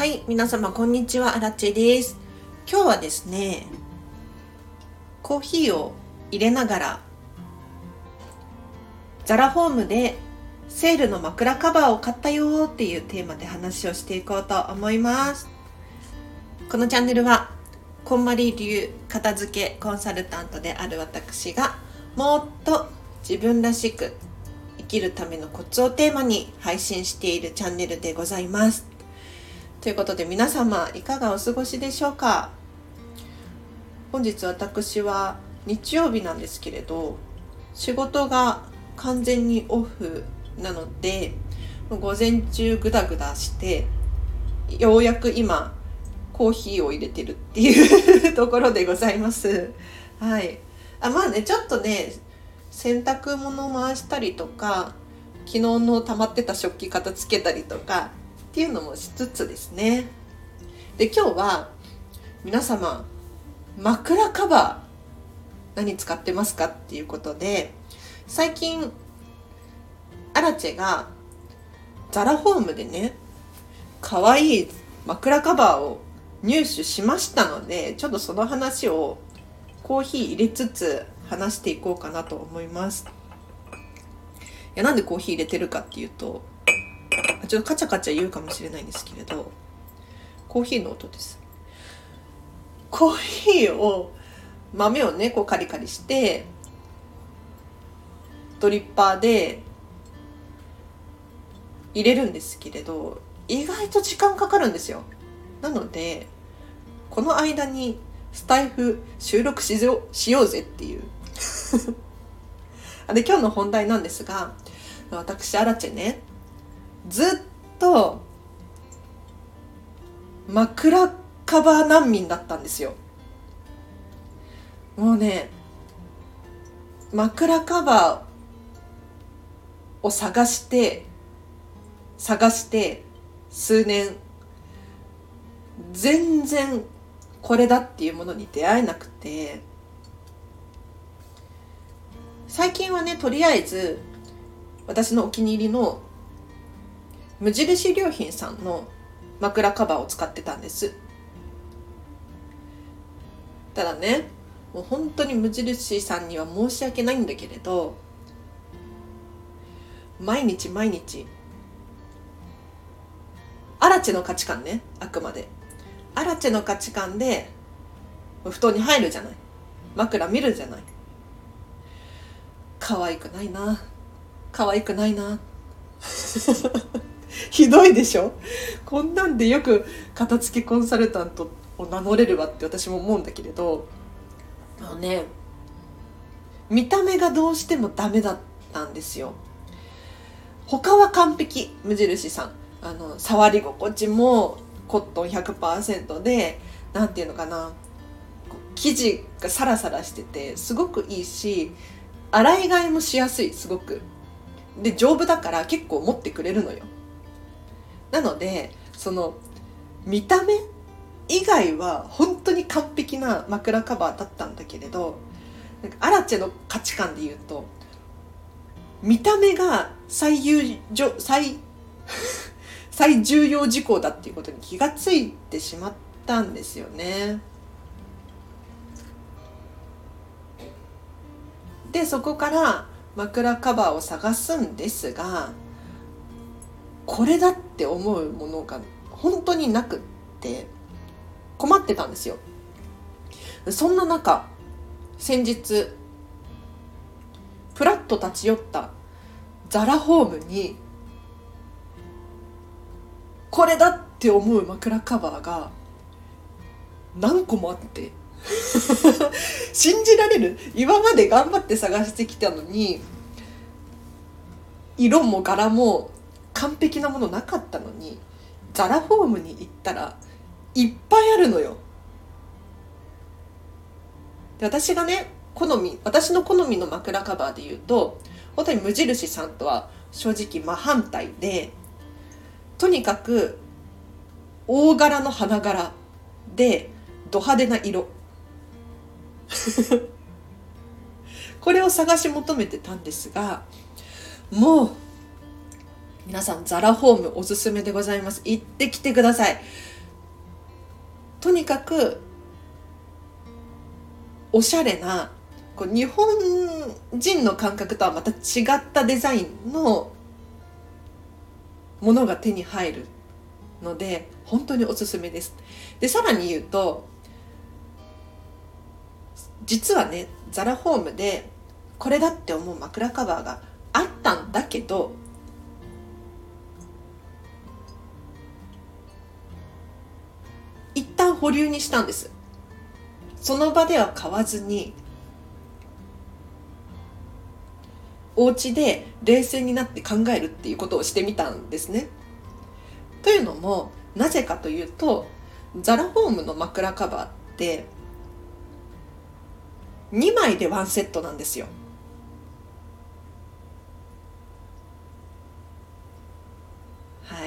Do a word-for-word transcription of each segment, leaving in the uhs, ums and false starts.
はい、皆様こんにちは、アラチェです。今日はですね、コーヒーを入れながらザラホームでセールの枕カバーを買ったよっていうテーマで話をしていこうと思います。このチャンネルはこんまり流片付けコンサルタントである私がもっと自分らしく生きるためのコツをテーマに配信しているチャンネルでございます。ということで皆様いかがお過ごしでしょうか。本日私は日曜日なんですけれど、仕事が完全にオフなので午前中グダグダしてようやく今コーヒーを入れてるっていうところでございます。はい。あ、まあね、ちょっとね洗濯物を回したりとか昨日の溜まってた食器片付けたりとかっていうのもしつつですね。で、今日は皆様枕カバー何使ってますかっていうことで、最近アラチェがザラホームでね可愛い枕カバーを入手しましたので、ちょっとその話をコーヒー入れつつ話していこうかなと思います。いや、なんでコーヒー入れてるかっていうと、ちょっとカチャカチャ言うかもしれないんですけれど、コーヒーの音です。コーヒーを豆をねこうカリカリしてドリッパーで入れるんですけれど、意外と時間かかるんですよ。なのでこの間にスタイフ収録しよう、しようぜっていうで、今日の本題なんですが、私アラチェねずっと枕カバー難民だったんですよ。もうね枕カバーを探して探して数年全然これだっていうものに出会えなくて、最近はねとりあえず私のお気に入りの無印良品さんの枕カバーを使ってたんです。ただね、もう本当に無印さんには申し訳ないんだけれど、毎日毎日アラチェの価値観ね、あくまでアラチェの価値観で布団に入るじゃない、枕見るじゃない。可愛くないな可愛くないなひどいでしょ。こんなんでよく片付けコンサルタントを名乗れるわって私も思うんだけれど、あのね見た目がどうしてもダメだったんですよ。他は完璧、無印さんあの触り心地もコットン ひゃくパーセント で、なんていうのかな、生地がサラサラしててすごくいいし、洗い替えもしやすい、すごくで丈夫だから結構持ってくれるのよ。なのでその見た目以外は本当に完璧な枕カバーだったんだけれど、なんかアラチェの価値観で言うと見た目が最優最最重要事項だっていうことに気がついてしまったんですよね。でそこから枕カバーを探すんですが、これだって思うものが本当になくって困ってたんですよ。そんな中、先日プラッと立ち寄ったザラホームにこれだって思う枕カバーが何個もあって信じられる？今まで頑張って探してきたのに色も柄も完璧なものなかったのに、ザラホームに行ったらいっぱいあるのよ。で、私がね好み私の好みの枕カバーで言うと、本当に無印さんとは正直真反対で、とにかく大柄の花柄でド派手な色これを探し求めてたんですが、もう皆さんザラホームおすすめでございます。行ってきてください。 とにかくおしゃれな、こう日本人の感覚とはまた違ったデザインのものが手に入るので本当におすすめです。でさらに言うと、実はねザラホームでこれだって思う枕カバーがあったんだけど、一旦保留にしたんです。その場では買わずにお家で冷静になって考えるっていうことをしてみたんですね。というのもなぜかというと、ザラホームの枕カバーってにまいでワンセットなんですよ。はい、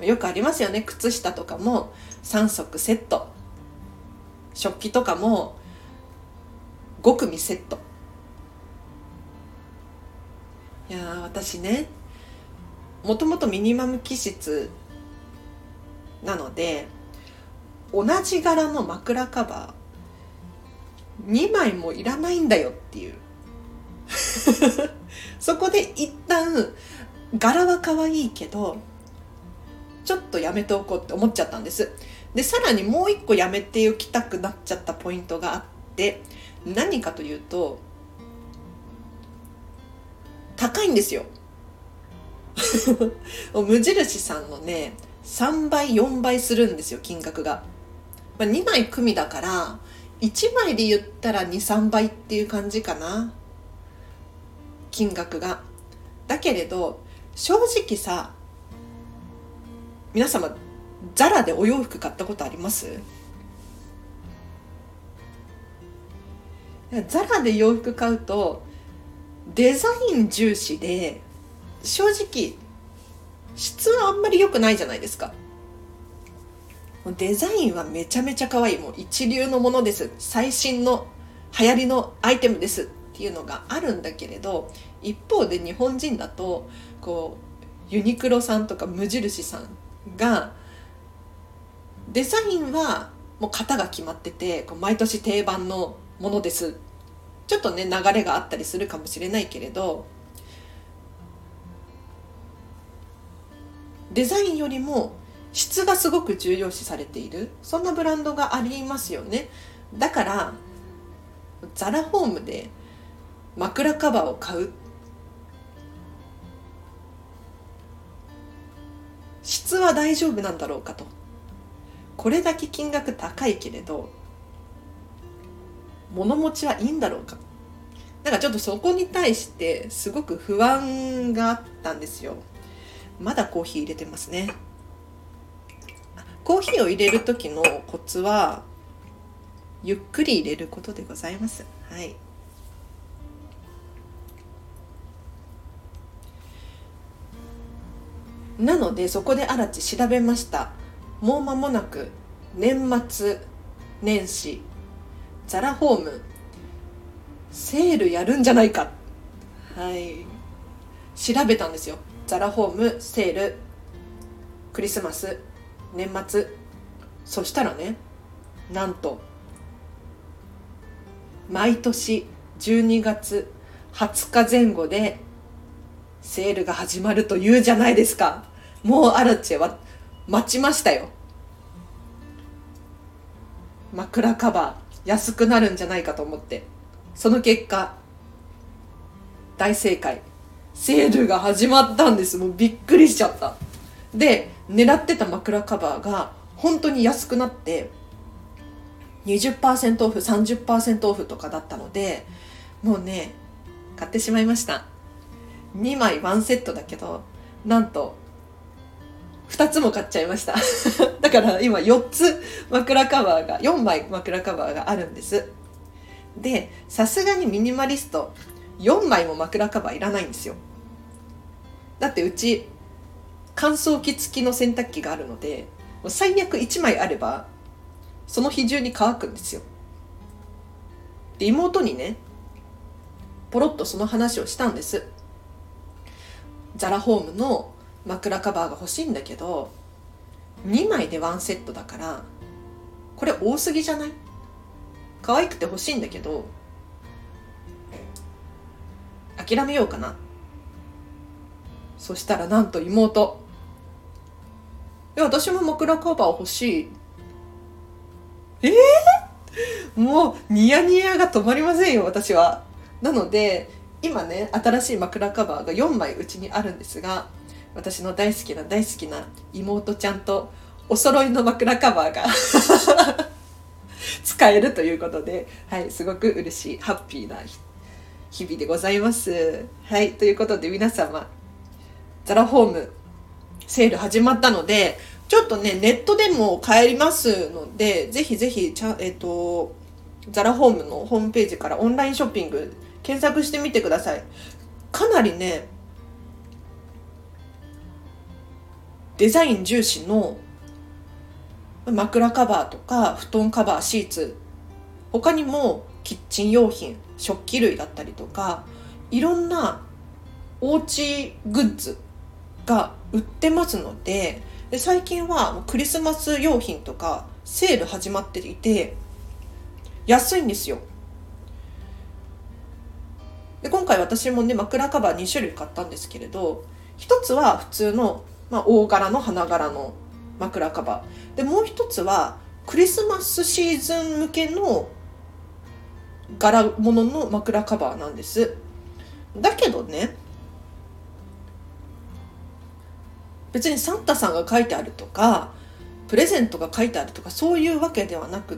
よくありますよね。靴下とかもさんそくセット、食器とかもごくみセット。いや私ね、もともとミニマム気質なので、同じ柄の枕カバーにまいもいらないんだよっていうそこで一旦柄は可愛いけどちょっとやめておこうって思っちゃったんです。でさらにもう一個やめておきたくなっちゃったポイントがあって、何かというと高いんですよ無印さんのねさんばいよんばいするんですよ、金額が。まあ、にまい組だからいちまいで言ったら にさんばいっていう感じかな、金額が。だけれど正直さ、皆様ザラでお洋服買ったことあります？ザラで洋服買うとデザイン重視で正直質はあんまり良くないじゃないですか。デザインはめちゃめちゃ可愛い、もう一流のものです、最新の流行りのアイテムですっていうのがあるんだけれど、一方で日本人だとこうユニクロさんとか無印さんがデザインはもう型が決まってて、こう毎年定番のものです。ちょっとね流れがあったりするかもしれないけれど、デザインよりも質がすごく重要視されている、そんなブランドがありますよね。だからザラホームで枕カバーを買う、質は大丈夫なんだろうかと。これだけ金額高いけれど物持ちはいいんだろうか、なんかちょっとそこに対してすごく不安があったんですよ。まだコーヒー入れてますね。コーヒーを入れる時のコツはゆっくり入れることでございます。はい。なのでそこであらち調べました。もう間もなく年末年始ザラホームセールやるんじゃないか。はい。調べたんですよ。ザラホームセール、クリスマス、年末。そしたらね、なんと毎年じゅうにがつはつかぜん後でセールが始まるというじゃないですか。もうアラチェは待ちましたよ。枕カバー安くなるんじゃないかと思って、その結果大正解、セールが始まったんです。もうびっくりしちゃった。で狙ってた枕カバーが本当に安くなって にじゅっパーセント オフ さんじゅっパーセント オフとかだったので、もうね買ってしまいました。にまいワンセットだけど、なんとふたつも買っちゃいましただから今よっつ枕カバーがよんまい枕カバーがあるんです。でさすがにミニマリストよんまいも枕カバーいらないんですよ。だってうち乾燥機付きの洗濯機があるので、もう最悪いちまいあればその日中に乾くんですよ。で妹にねポロッとその話をしたんです。ザラホームの枕カバーが欲しいんだけどにまいでワンセットだからこれ多すぎじゃない？可愛くて欲しいんだけど諦めようかな。そしたらなんと妹、いや私も枕カバー欲しい。えー、もうニヤニヤが止まりませんよ私は。なので今ね新しい枕カバーがよんまいうちにあるんですが、私の大好きな大好きな妹ちゃんとお揃いの枕カバーが使えるということで、はい、すごく嬉しいハッピーな日々でございます。はい、ということで皆様、ザラホームセール始まったので、ちょっとねネットでも買えますので、ぜひぜひちゃ、えっと、ザラホームのホームページからオンラインショッピング検索してみてください。かなりねデザイン重視の枕カバーとか布団カバー、シーツ、他にもキッチン用品、食器類だったりとか、いろんなおうちグッズが売ってますので、で最近はクリスマス用品とかセール始まっていて安いんですよ。で今回私もね枕カバーに種類買ったんですけれど、一つは普通の、まあ、大柄の花柄の枕カバーで、もう一つはクリスマスシーズン向けの柄物の枕カバーなんです。だけどね、別にサンタさんが書いてあるとかプレゼントが書いてあるとかそういうわけではなくって、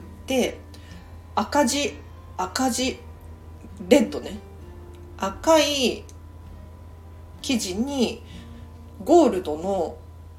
赤字赤字レッドね、赤い生地にゴールドの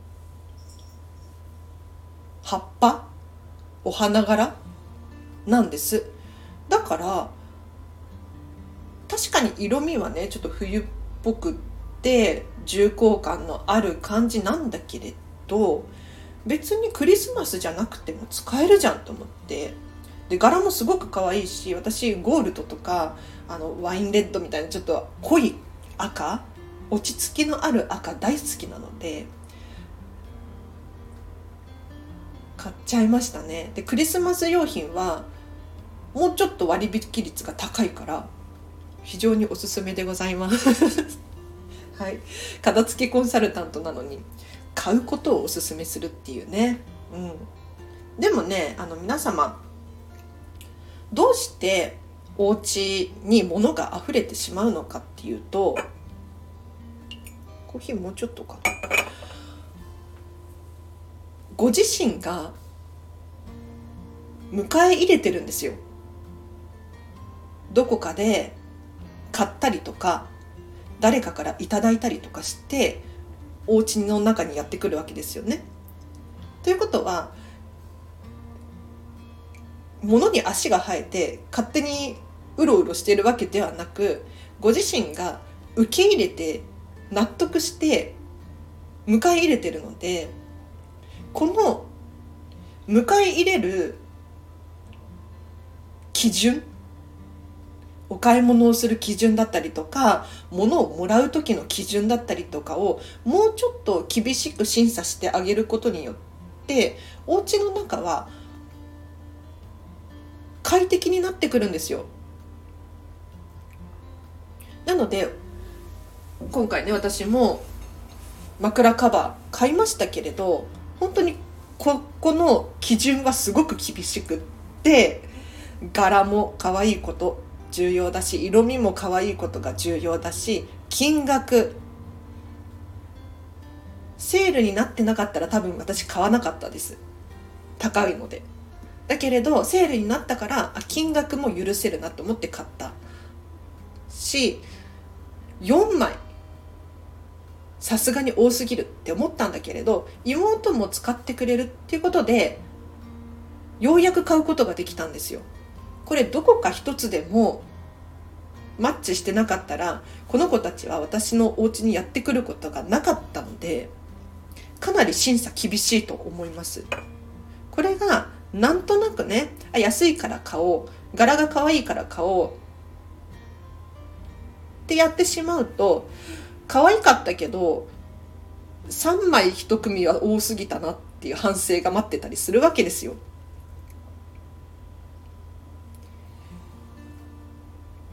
葉っぱ、お花柄なんです。だから確かに色味はねちょっと冬っぽくって重厚感のある感じなんだけれど、別にクリスマスじゃなくても使えるじゃんと思って、で柄もすごく可愛いし、私ゴールドとかあのワインレッドみたいなちょっと濃い赤、落ち着きのある赤大好きなので買っちゃいましたね。でクリスマス用品はもうちょっと割引率が高いから非常におすすめでございますはい、片付けコンサルタントなのに買うことをおすすめするっていうね、うん、でもねあの皆様、どうしてお家に物が溢れてしまうのかっていうと、コーヒーもうちょっとか、ご自身が迎え入れてるんですよ。どこかで買ったりとか誰かからいただいたりとかしてお家の中にやってくるわけですよね。ということは物に足が生えて勝手にうろうろしているわけではなく、ご自身が受け入れて納得して迎え入れてるので、この迎え入れる基準、お買い物をする基準だったりとか物をもらう時の基準だったりとかをもうちょっと厳しく審査してあげることによってお家の中は快適になってくるんですよ。なので今回ね私も枕カバー買いましたけれど、本当にここの基準はすごく厳しくって、柄も可愛いこと重要だし、色味も可愛いことが重要だし、金額セールになってなかったら多分私買わなかったです。高いので。だけれどセールになったから金額も許せるなと思って買ったし、よんまいさすがに多すぎるって思ったんだけれど、妹も使ってくれるっていうことでようやく買うことができたんですよ。これどこか一つでもマッチしてなかったらこの子たちは私のお家にやってくることがなかったので、かなり審査厳しいと思います。これがなんとなくね、あ安いから買おう、柄が可愛いから買おうってやってしまうと、可愛かったけどさんまい一組は多すぎたなっていう反省が待ってたりするわけですよ。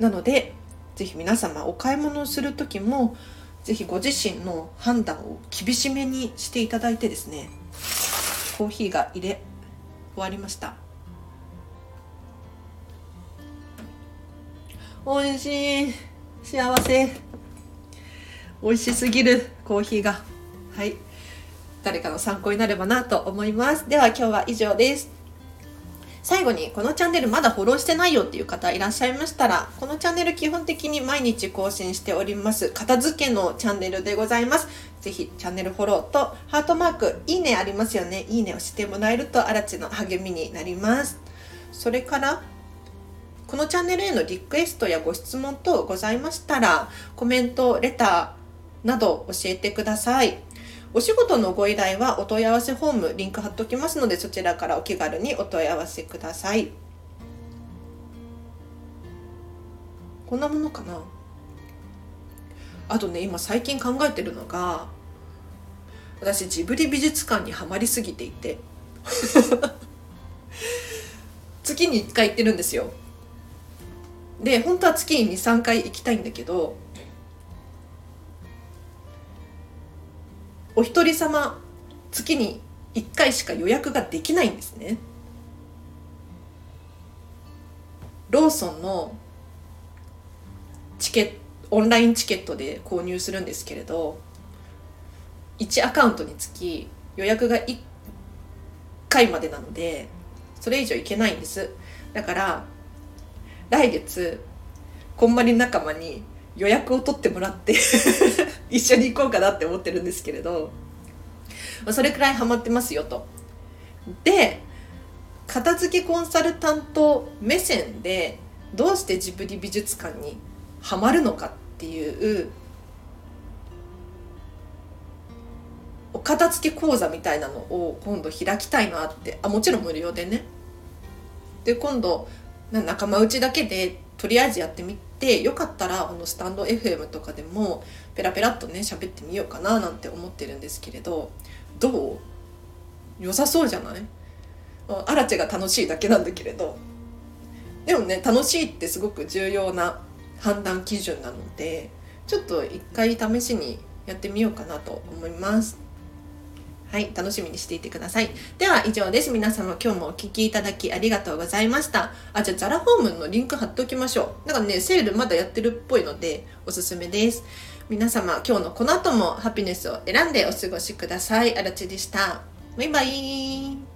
なのでぜひ皆様お買い物をする時もぜひご自身の判断を厳しめにしていただいてですね。コーヒーが入れ終わりました。おいしい、幸せ、おいしすぎるコーヒーが、はい、誰かの参考になればなと思います。では今日は以上です。最後にこのチャンネルまだフォローしてないよっていう方いらっしゃいましたら、このチャンネル基本的に毎日更新しております片付けのチャンネルでございます。ぜひチャンネルフォローとハートマーク、いいねありますよね。いいねをしてもらえるとあらちの励みになります。それからこのチャンネルへのリクエストやご質問等ございましたら、コメント、レターなど教えてください。お仕事のご依頼はお問い合わせフォームリンク貼っておきますので、そちらからお気軽にお問い合わせください。こんなものかな。あとね、今最近考えてるのが、私ジブリ美術館にはまりすぎていて月にいっかい行ってるんですよ。で本当は月にに、さんかい行きたいんだけど、お一人様月にいっかいしか予約ができないんですね。ローソンのチケオンラインチケットで購入するんですけれど、いちアカウントにつき予約がいっかいまでなので、それ以上いけないんです。だから来月こんまり仲間に予約を取ってもらって一緒に行こうかなって思ってるんですけれど、それくらいハマってますよと。で、片付けコンサルタント目線でどうしてジブリ美術館にハマるのかっていうお片付け講座みたいなのを今度開きたいなって。あ、もちろん無料でね。で今度仲間内だけでとりあえずやってみて、よかったらあのスタンド エフエム とかでもペラペラっとね喋ってみようかななんて思ってるんですけれど、どう？良さそうじゃない？アラチェが楽しいだけなんだけれど、でもね、楽しいってすごく重要な判断基準なので、ちょっと一回試しにやってみようかなと思います。はい、楽しみにしていてください。では以上です。皆様今日もお聞きいただきありがとうございました。あ、じゃあザラホームのリンク貼っておきましょう。なんかね、セールまだやってるっぽいのでおすすめです。皆様今日のこの後もハピネスを選んでお過ごしください。あらちでした。バイバイ。